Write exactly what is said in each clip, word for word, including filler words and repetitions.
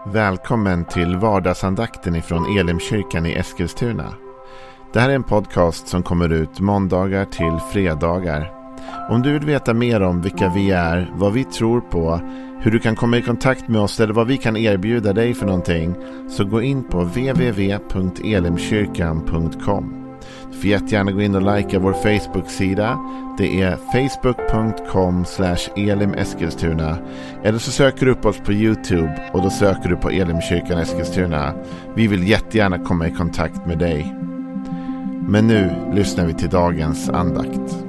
Välkommen till vardagsandakten ifrån Elimkyrkan i Eskilstuna. Det här är en podcast som kommer ut måndagar till fredagar. Om du vill veta mer om vilka vi är, vad vi tror på, hur du kan komma i kontakt med oss eller vad vi kan erbjuda dig för någonting, så gå in på w w w punkt elimkyrkan punkt com. Du får jättegärna gå in och likea vår Facebook-sida. Det är facebook punkt com slash elimeskilstuna. Eller så söker du upp oss på YouTube och då söker du på Elimkyrkan Eskilstuna. Vi vill jättegärna komma i kontakt med dig. Men nu lyssnar vi till dagens andakt.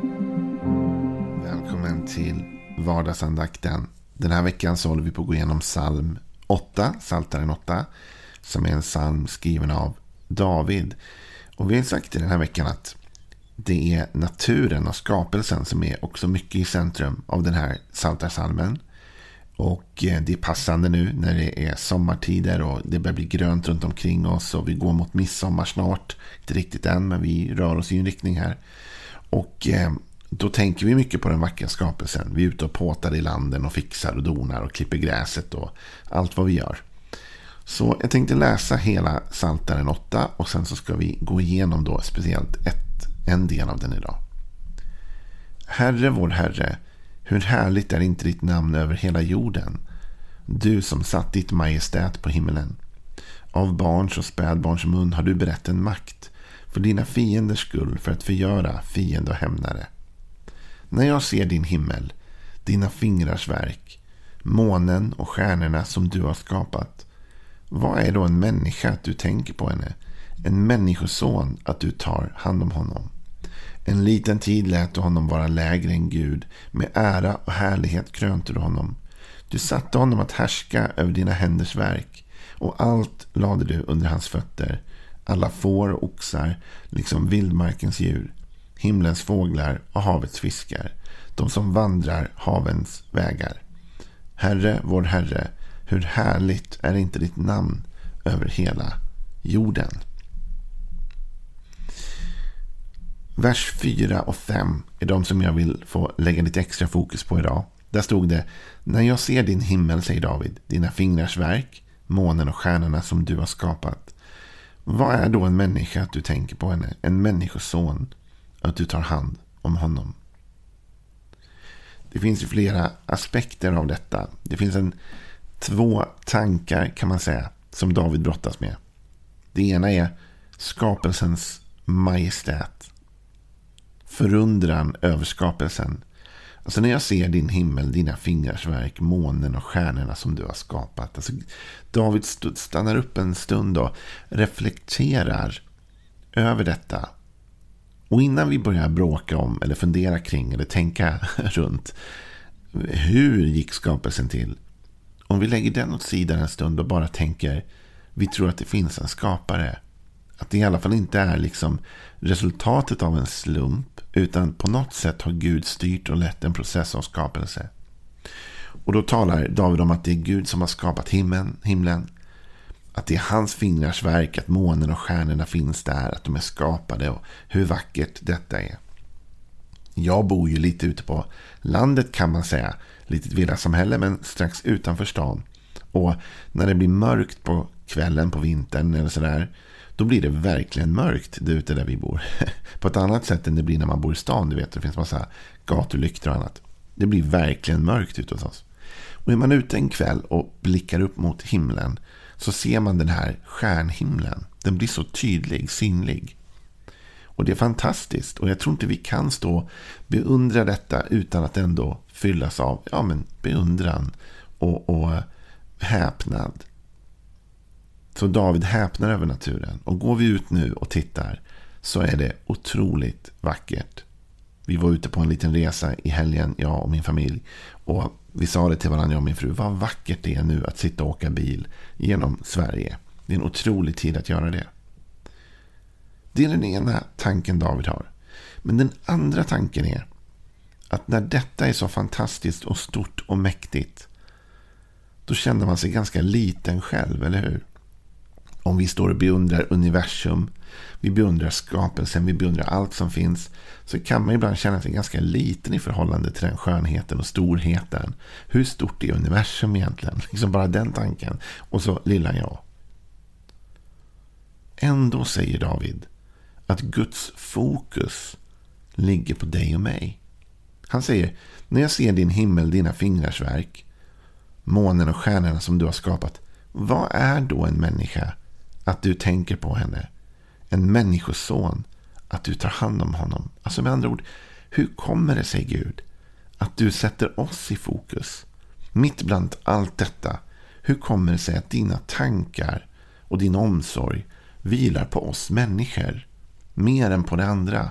Välkommen till vardagsandakten. Den här veckan så håller vi på att gå igenom psalm åtta, Psaltaren åtta, som är en psalm skriven av David. Och vi har sagt i den här veckan att det är naturen och skapelsen som är också mycket i centrum av den här psaltarpsalmen. Och det är passande nu när det är sommartider och det börjar bli grönt runt omkring oss och vi går mot midsommar snart. Inte riktigt än, men vi rör oss i en riktning här. Och då tänker vi mycket på den vackra skapelsen. Vi är ute och påtar i landen och fixar och donar och klipper gräset och allt vad vi gör. Så jag tänkte läsa hela Psaltaren åtta och sen så ska vi gå igenom då speciellt ett, en del av den idag. Herre vår Herre, hur härligt är inte ditt namn över hela jorden, du som satt ditt majestät på himmelen. Av barns och spädbarns mun har du berett en makt för dina fienders skull, för att förgöra fiende och hämnare. När jag ser din himmel, dina fingrars verk, månen och stjärnorna som du har skapat, vad är då en människa att du tänker på henne? En människoson att du tar hand om honom. En liten tid lät du honom vara lägre än Gud. Med ära och härlighet krönte du honom. Du satte honom att härska över dina händers verk. Och allt lade du under hans fötter. Alla får och oxar, liksom vildmarkens djur. Himlens fåglar och havets fiskar. De som vandrar havens vägar. Herre, vår Herre, hur härligt är inte ditt namn över hela jorden. Vers fyra och fem är de som jag vill få lägga lite extra fokus på idag. Där stod det: när jag ser din himmel, säger David, dina fingrars verk, månen och stjärnorna som du har skapat. Vad är då en människa att du tänker på henne? En människoson att du tar hand om honom. Det finns ju flera aspekter av detta. Det finns en två tankar kan man säga som David brottas med. Det ena är skapelsens majestät. Förundran över skapelsen. Alltså när jag ser din himmel, dina fingrars verk, månen och stjärnorna som du har skapat. Alltså David stannar upp en stund och reflekterar över detta. Och innan vi börjar bråka om eller fundera kring eller tänka runt hur gick skapelsen till? Om vi lägger den åt sidan en stund och bara tänker, vi tror att det finns en skapare. Att det i alla fall inte är liksom resultatet av en slump, utan på något sätt har Gud styrt och lett en process av skapelse. Och då talar David om att det är Gud som har skapat himlen, himlen. Att det är hans fingrars verk, att månen och stjärnorna finns där, att de är skapade och hur vackert detta är. Jag bor ju lite ute på landet kan man säga. Litet villasamhälle men strax utanför stan. Och när det blir mörkt på kvällen på vintern eller sådär, då blir det verkligen mörkt där ute där vi bor. På ett annat sätt än det blir när man bor i stan, du vet, det finns massa gatulyktor och annat. Det blir verkligen mörkt ute hos oss. Och är man ute en kväll och blickar upp mot himlen så ser man den här stjärnhimlen. Den blir så tydlig, synlig. Och det är fantastiskt. Och jag tror inte vi kan stå och beundra detta utan att ändå fyllas av ja, men beundran och, och häpnad. Så David häpnar över naturen. Och går vi ut nu och tittar så är det otroligt vackert. Vi var ute på en liten resa i helgen, jag och min familj. Och vi sa det till varandra, jag och min fru. Vad vackert det är nu att sitta och åka bil genom Sverige. Det är en otrolig tid att göra det. Det är den ena tanken David har. Men den andra tanken är att när detta är så fantastiskt och stort och mäktigt, då känner man sig ganska liten själv, eller hur? Om vi står och beundrar universum, vi beundrar skapelsen, vi beundrar allt som finns, så kan man ibland känna sig ganska liten i förhållande till den skönheten och storheten. Hur stort är universum egentligen? Liksom bara den tanken. Och så lilla jag. Ändå säger David att Guds fokus ligger på dig och mig. Han säger, när jag ser din himmel, dina fingrars verk, månen och stjärnorna som du har skapat, vad är då en människa att du tänker på henne? En människoson, att du tar hand om honom. Alltså med andra ord, hur kommer det sig, Gud, att du sätter oss i fokus? Mitt bland allt detta, hur kommer det sig att dina tankar och din omsorg vilar på oss människor mer än på det andra?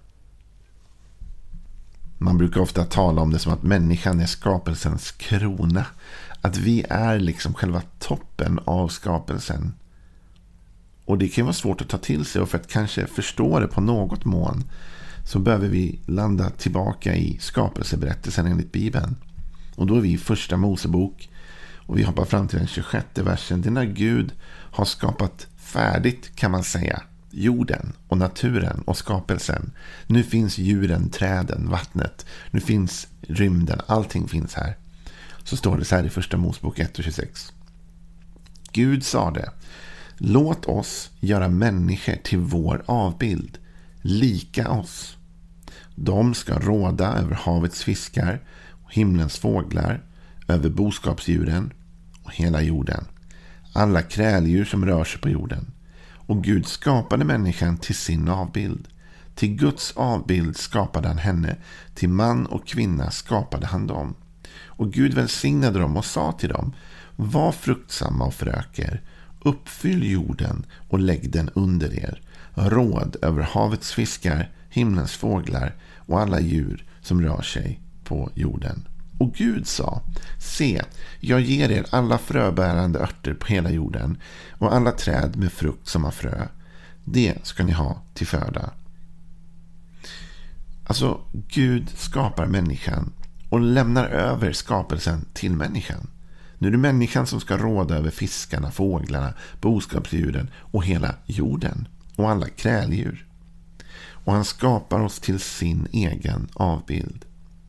Man brukar ofta tala om det som att människan är skapelsens krona. Att vi är liksom själva toppen av skapelsen. Och det kan vara svårt att ta till sig, och för att kanske förstå det på något mån så behöver vi landa tillbaka i skapelseberättelsen enligt Bibeln. Och då är vi i första Mosebok och vi hoppar fram till den tjugosjätte versen. Det är när Gud har skapat färdigt, kan man säga, jorden och naturen och skapelsen. Nu finns djuren, träden, vattnet. Nu finns rymden, allting finns här. Så står det så här i första Mosebok ett och tjugosex. Gud sa det: låt oss göra människor till vår avbild, lika oss. De ska råda över havets fiskar och himlens fåglar, över boskapsdjuren och hela jorden, alla kräldjur som rör sig på jorden. Och Gud skapade människan till sin avbild. Till Guds avbild skapade han henne, till man och kvinna skapade han dem. Och Gud välsignade dem och sa till dem: var fruktsamma och förök er, uppfyll jorden och lägg den under er. Råd över havets fiskar, himlens fåglar och alla djur som rör sig på jorden. Och Gud sa: se, jag ger er alla fröbärande örter på hela jorden och alla träd med frukt som har frö. Det ska ni ha till föda. Alltså, Gud skapar människan och lämnar över skapelsen till människan. Nu är det människan som ska råda över fiskarna, fåglarna, boskapsdjuren och hela jorden och alla kräldjur. Och han skapar oss till sin egen avbild.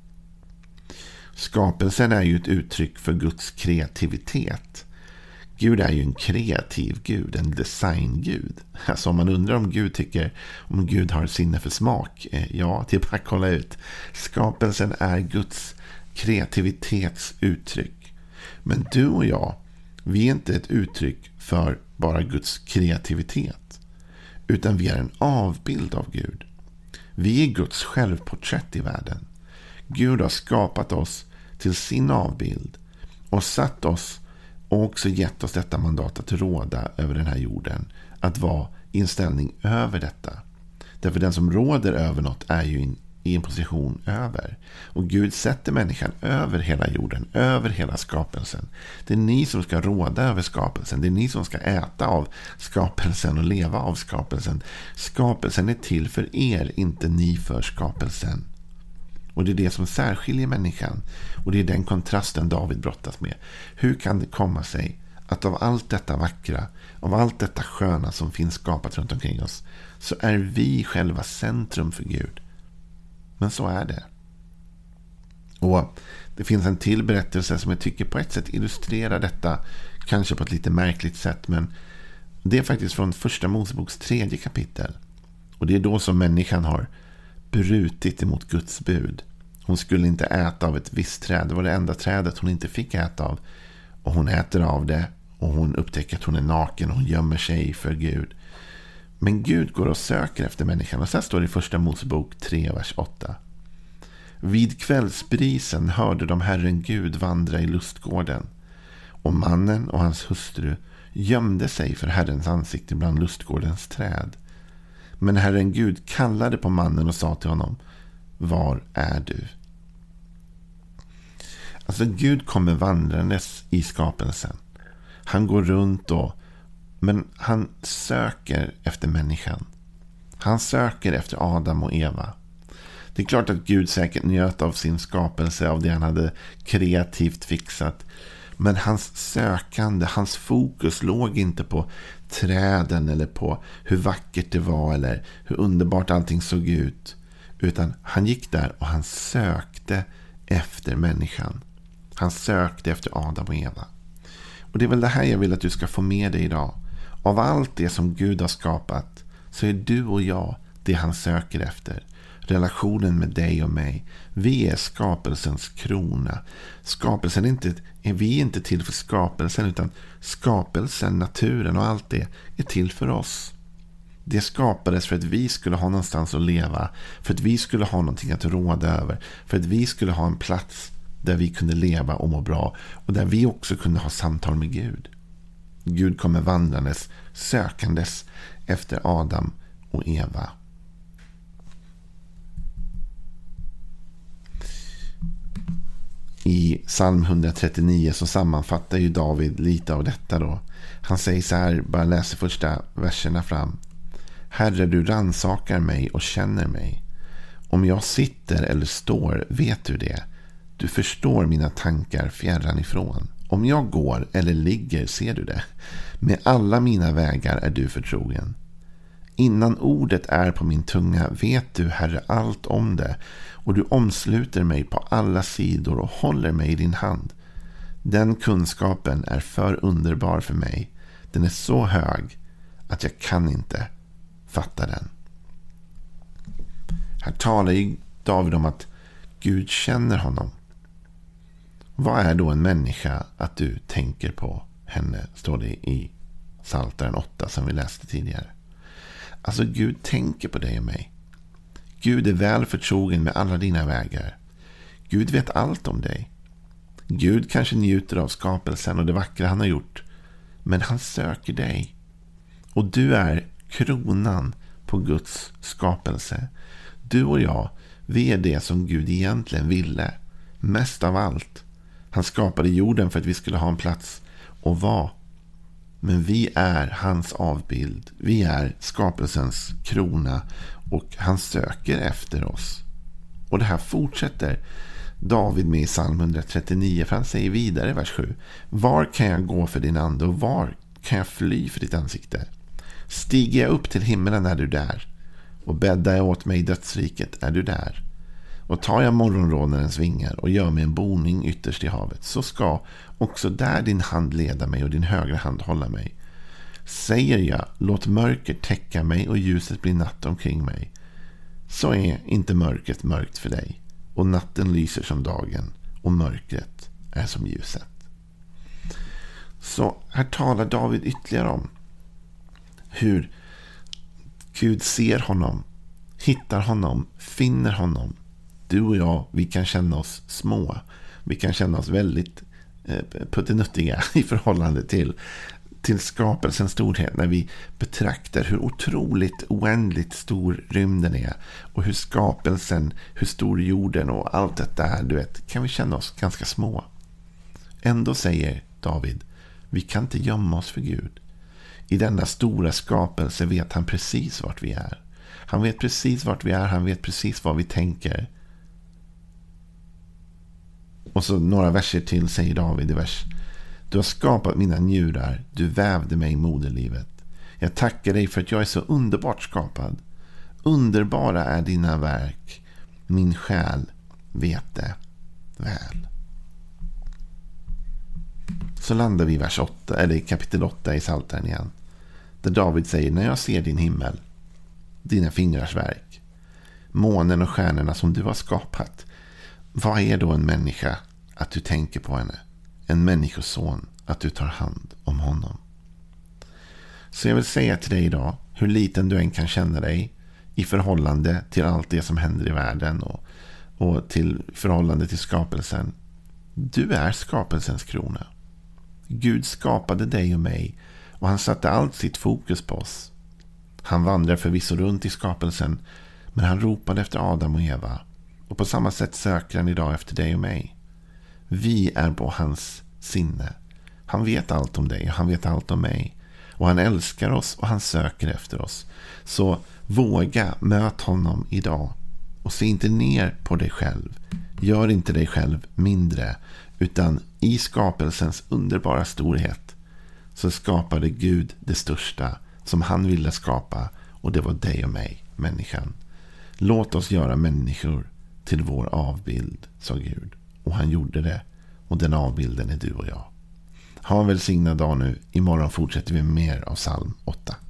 Skapelsen är ju ett uttryck för Guds kreativitet. Gud är ju en kreativ Gud, en designgud. Alltså om man undrar om Gud tycker om Gud har sinne för smak, ja, till att kolla ut. Skapelsen är Guds kreativitetsuttryck. Men du och jag, vi är inte ett uttryck för bara Guds kreativitet, utan vi är en avbild av Gud. Vi är Guds självporträtt i världen. Gud har skapat oss till sin avbild och satt oss och också gett oss detta mandat att råda över den här jorden, att vara i en ställning över detta. Därför den som råder över något är ju in, i en position över. Och Gud sätter människan över hela jorden, över hela skapelsen. Det är ni som ska råda över skapelsen. Det är ni som ska äta av skapelsen och leva av skapelsen. Skapelsen är till för er, inte ni för skapelsen. Och det är det som särskiljer människan. Och det är den kontrasten David brottas med. Hur kan det komma sig att av allt detta vackra, av allt detta sköna som finns skapat runt omkring oss, så är vi själva centrum för Gud? Men så är det. Och det finns en till berättelse som jag tycker på ett sätt illustrerar detta, kanske på ett lite märkligt sätt, men det är faktiskt från första Moseboks tredje kapitel. Och det är då som människan har brutit emot Guds bud. Hon skulle inte äta av ett visst träd. Det var det enda trädet hon inte fick äta av. Och hon äter av det. Och hon upptäcker att hon är naken. Och hon gömmer sig för Gud. Men Gud går och söker efter människan. Och så står det i första Mosebok tre, vers åtta. Vid kvällsbrisen hörde de Herren Gud vandra i lustgården. Och mannen och hans hustru gömde sig för Herrens ansikte bland lustgårdens träd. Men Herren Gud kallade på mannen och sa till honom: var är du? Alltså Gud kommer vandrandes i skapelsen. Han går runt och, men han söker efter människan. Han söker efter Adam och Eva. Det är klart att Gud säkert njöt av sin skapelse, av det han hade kreativt fixat. Men hans sökande, hans fokus låg inte på träden eller på hur vackert det var eller hur underbart allting såg ut. Utan han gick där och han sökte efter människan. Han sökte efter Adam och Eva. Och det är väl det här jag vill att du ska få med dig idag. Av allt det som Gud har skapat så är du och jag det han söker efter. Relationen med dig och mig. Vi är skapelsens krona. Skapelsen är inte, är vi inte till för skapelsen, utan skapelsen, naturen och allt det är till för oss. Det skapades för att vi skulle ha någonstans att leva. För att vi skulle ha någonting att råda över. För att vi skulle ha en plats där vi kunde leva och må bra. Och där vi också kunde ha samtal med Gud. Gud kommer vandrandes, sökandes efter Adam och Eva. I psalm hundratrettionio så sammanfattar ju David lite av detta då. Han säger så här, bara läser första verserna fram. Herre, du rannsakar mig och känner mig. Om jag sitter eller står, vet du det. Du förstår mina tankar fjärran ifrån. Om jag går eller ligger, ser du det. Med alla mina vägar är du förtrogen. Innan ordet är på min tunga vet du, Herre, allt om det. Och du omsluter mig på alla sidor och håller mig i din hand. Den kunskapen är för underbar för mig. Den är så hög att jag kan inte fatta den. Här talar ju David om att Gud känner honom. Vad är då en människa att du tänker på henne, står det i Psaltaren åtta som vi läste tidigare. Alltså Gud tänker på dig och mig. Gud är väl förtrogen med alla dina vägar. Gud vet allt om dig. Gud kanske njuter av skapelsen och det vackra han har gjort. Men han söker dig. Och du är kronan på Guds skapelse. Du och jag, vi är det som Gud egentligen ville. Mest av allt. Han skapade jorden för att vi skulle ha en plats att vara. Men vi är hans avbild. Vi är skapelsens krona. Och han söker efter oss. Och det här fortsätter David med i psalm hundratrettionio. För han säger vidare i vers sju. Var kan jag gå för din ande och var kan jag fly för ditt ansikte? Stiger jag upp till himmelen är du där. Och bäddar jag åt mig i dödsriket är du där. Och tar jag morgonrånarens vingar och gör mig en boning ytterst i havet, så ska också där din hand leda mig och din högra hand hålla mig. Säger jag, låt mörker täcka mig och ljuset blir natt omkring mig, så är inte mörkret mörkt för dig, och natten lyser som dagen och mörkret är som ljuset. Så här talar David ytterligare om hur Gud ser honom, hittar honom, finner honom. Du och jag, vi kan känna oss små. Vi kan känna oss väldigt eh, puttinuttiga i förhållande till, till skapelsens storhet. När vi betraktar hur otroligt oändligt stor rymden är. Och hur skapelsen, hur stor jorden och allt detta är, du vet, kan vi känna oss ganska små. Ändå säger David, vi kan inte gömma oss för Gud. I denna stora skapelse vet han precis vart vi är. Han vet precis vart vi är, han vet precis vad vi tänker. Och så några verser till säger David i vers. Du har skapat mina njurar, du vävde mig i moderlivet. Jag tackar dig för att jag är så underbart skapad. Underbara är dina verk, min själ vet det väl. Så landar vi i vers åtta, eller i kapitel åtta i Psaltaren igen. Där David säger, när jag ser din himmel, dina fingrars verk, månen och stjärnorna som du har skapat, vad är då en människa att du tänker på henne? En människoson, att du tar hand om honom. Så jag vill säga till dig idag, hur liten du än kan känna dig i förhållande till allt det som händer i världen och, och till förhållande till skapelsen. Du är skapelsens krona. Gud skapade dig och mig och han satte allt sitt fokus på oss. Han vandrar förvisso runt i skapelsen, men han ropade efter Adam och Eva. Och på samma sätt söker han idag efter dig och mig. Vi är på hans sinne. Han vet allt om dig och han vet allt om mig. Och han älskar oss och han söker efter oss. Så våga möta honom idag. Och se inte ner på dig själv. Gör inte dig själv mindre. Utan i skapelsens underbara storhet så skapade Gud det största som han ville skapa, och det var dig och mig, människan. Låt oss göra människor till vår avbild, sa Gud. Och han gjorde det, och den avbilden är du och jag. Ha en välsignad dag nu. Imorgon fortsätter vi mer av psalm åtta.